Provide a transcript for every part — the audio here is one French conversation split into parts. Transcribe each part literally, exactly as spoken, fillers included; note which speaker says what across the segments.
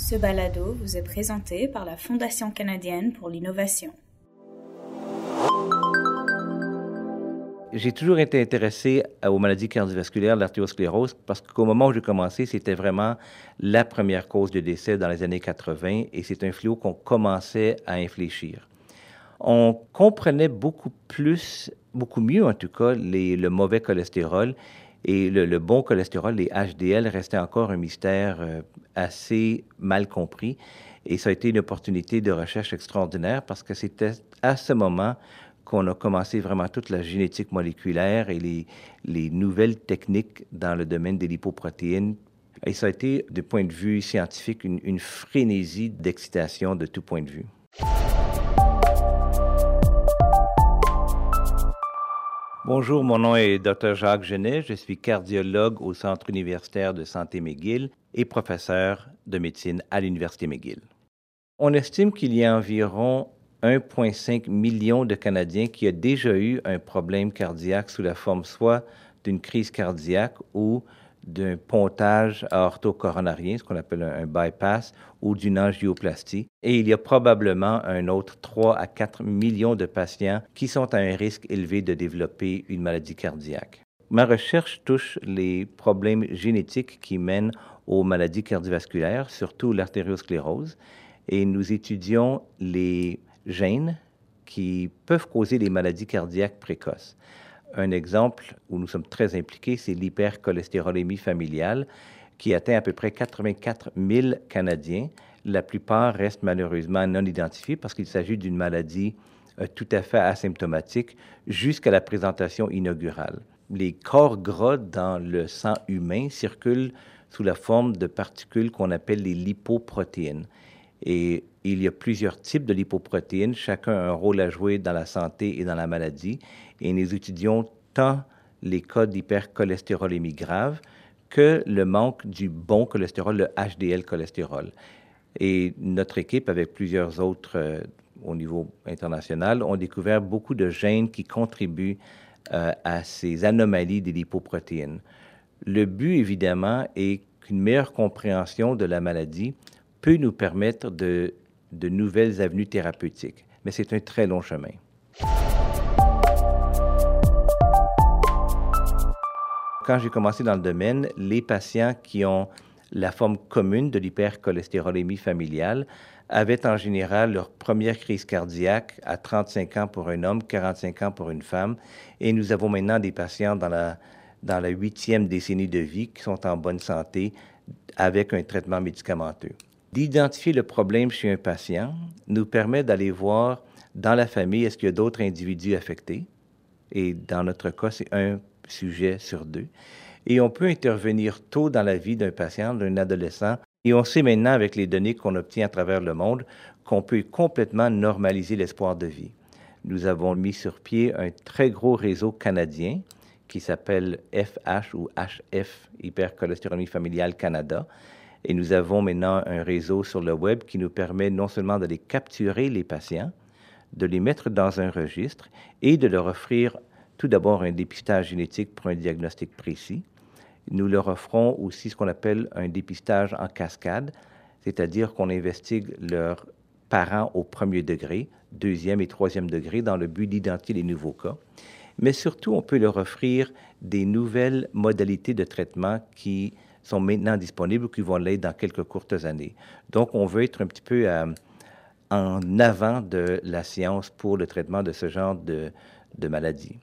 Speaker 1: Ce balado vous est présenté par la Fondation canadienne pour l'innovation.
Speaker 2: J'ai toujours été intéressé aux maladies cardiovasculaires, l'artériosclérose, parce qu'au moment où j'ai commencé, c'était vraiment la première cause de décès dans les années quatre-vingt et c'est un fléau qu'on commençait à infléchir. On comprenait beaucoup plus, beaucoup mieux en tout cas, les, le mauvais cholestérol et le, le bon cholestérol, les H D L, restait encore un mystère euh, assez mal compris et ça a été une opportunité de recherche extraordinaire parce que c'était à ce moment qu'on a commencé vraiment toute la génétique moléculaire et les, les nouvelles techniques dans le domaine des lipoprotéines. Et ça a été, du point de vue scientifique, une, une frénésie d'excitation de tout point de vue. Bonjour, mon nom est docteur Jacques Genet. Je suis cardiologue au Centre universitaire de santé McGill et professeur de médecine à l'Université McGill. On estime qu'il y a environ un virgule cinq million de Canadiens qui ont déjà eu un problème cardiaque sous la forme soit d'une crise cardiaque ou d'un pontage aorto-coronarien, ce qu'on appelle un, un bypass, ou d'une angioplastie. Et il y a probablement un autre trois à quatre millions de patients qui sont à un risque élevé de développer une maladie cardiaque. Ma recherche touche les problèmes génétiques qui mènent aux maladies cardiovasculaires, surtout l'artériosclérose, et nous étudions les gènes qui peuvent causer des maladies cardiaques précoces. Un exemple où nous sommes très impliqués, c'est l'hypercholestérolémie familiale qui atteint à peu près quatre-vingt-quatre mille Canadiens. La plupart restent malheureusement non identifiés parce qu'il s'agit d'une maladie euh, tout à fait asymptomatique jusqu'à la présentation inaugurale. Les corps gras dans le sang humain circulent sous la forme de particules qu'on appelle les lipoprotéines. Et il y a plusieurs types de lipoprotéines, chacun a un rôle à jouer dans la santé et dans la maladie. Et nous étudions tant les cas d'hypercholestérolémie grave que le manque du bon cholestérol, le H D L cholestérol. Et notre équipe, avec plusieurs autres euh, au niveau international, ont découvert beaucoup de gènes qui contribuent euh, à ces anomalies des lipoprotéines. Le but, évidemment, est qu'une meilleure compréhension de la maladie peut nous permettre de, de nouvelles avenues thérapeutiques. Mais c'est un très long chemin. Quand j'ai commencé dans le domaine, les patients qui ont la forme commune de l'hypercholestérolémie familiale avaient en général leur première crise cardiaque à trente-cinq ans pour un homme, quarante-cinq ans pour une femme. Et nous avons maintenant des patients dans la, dans la huitième décennie de vie qui sont en bonne santé avec un traitement médicamenteux. D'identifier le problème chez un patient nous permet d'aller voir dans la famille est-ce qu'il y a d'autres individus affectés. Et dans notre cas, c'est un sujet sur deux. Et on peut intervenir tôt dans la vie d'un patient, d'un adolescent. Et on sait maintenant, avec les données qu'on obtient à travers le monde, qu'on peut complètement normaliser l'espoir de vie. Nous avons mis sur pied un très gros réseau canadien qui s'appelle F H ou H F, Hypercholestérolémie familiale Canada. Et nous avons maintenant un réseau sur le web qui nous permet non seulement de les capturer, les patients, de les mettre dans un registre et de leur offrir tout d'abord un dépistage génétique pour un diagnostic précis. Nous leur offrons aussi ce qu'on appelle un dépistage en cascade, c'est-à-dire qu'on investigue leurs parents au premier degré, deuxième et troisième degré, dans le but d'identifier les nouveaux cas. Mais surtout, on peut leur offrir des nouvelles modalités de traitement qui sont maintenant disponibles ou qui vont l'être dans quelques courtes années. Donc, on veut être un petit peu euh, en avant de la science pour le traitement de ce genre de, de maladie.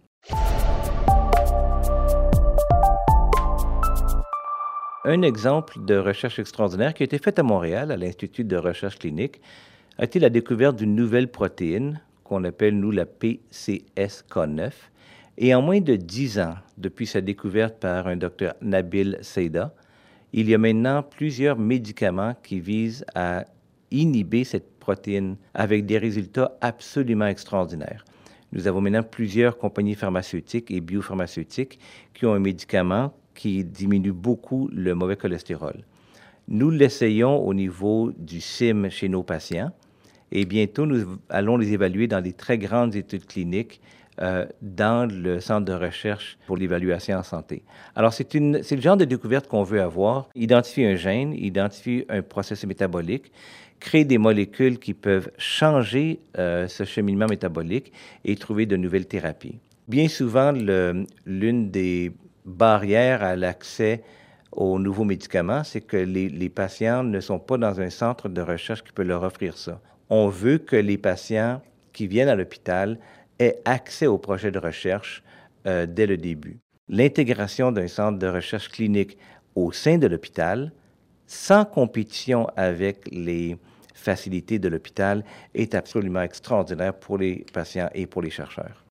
Speaker 2: Un exemple de recherche extraordinaire qui a été faite à Montréal, à l'Institut de recherche clinique, a été la découverte d'une nouvelle protéine qu'on appelle, nous, la P C S K neuf. Et en moins de dix ans, depuis sa découverte par un docteur Nabil Seida, il y a maintenant plusieurs médicaments qui visent à inhiber cette protéine avec des résultats absolument extraordinaires. Nous avons maintenant plusieurs compagnies pharmaceutiques et biopharmaceutiques qui ont un médicament qui diminue beaucoup le mauvais cholestérol. Nous l'essayons au niveau du C I M chez nos patients et bientôt nous allons les évaluer dans des très grandes études cliniques euh, dans le centre de recherche pour l'évaluation en santé. Alors, c'est une, c'est le genre de découverte qu'on veut avoir. Identifier un gène, identifier un processus métabolique, créer des molécules qui peuvent changer euh, ce cheminement métabolique et trouver de nouvelles thérapies. Bien souvent, le, l'une des barrières à l'accès aux nouveaux médicaments, c'est que les, les patients ne sont pas dans un centre de recherche qui peut leur offrir ça. On veut que les patients qui viennent à l'hôpital aient accès au projet de recherche euh, dès le début. L'intégration d'un centre de recherche clinique au sein de l'hôpital, sans compétition avec les facilités de l'hôpital, est absolument extraordinaire pour les patients et pour les chercheurs.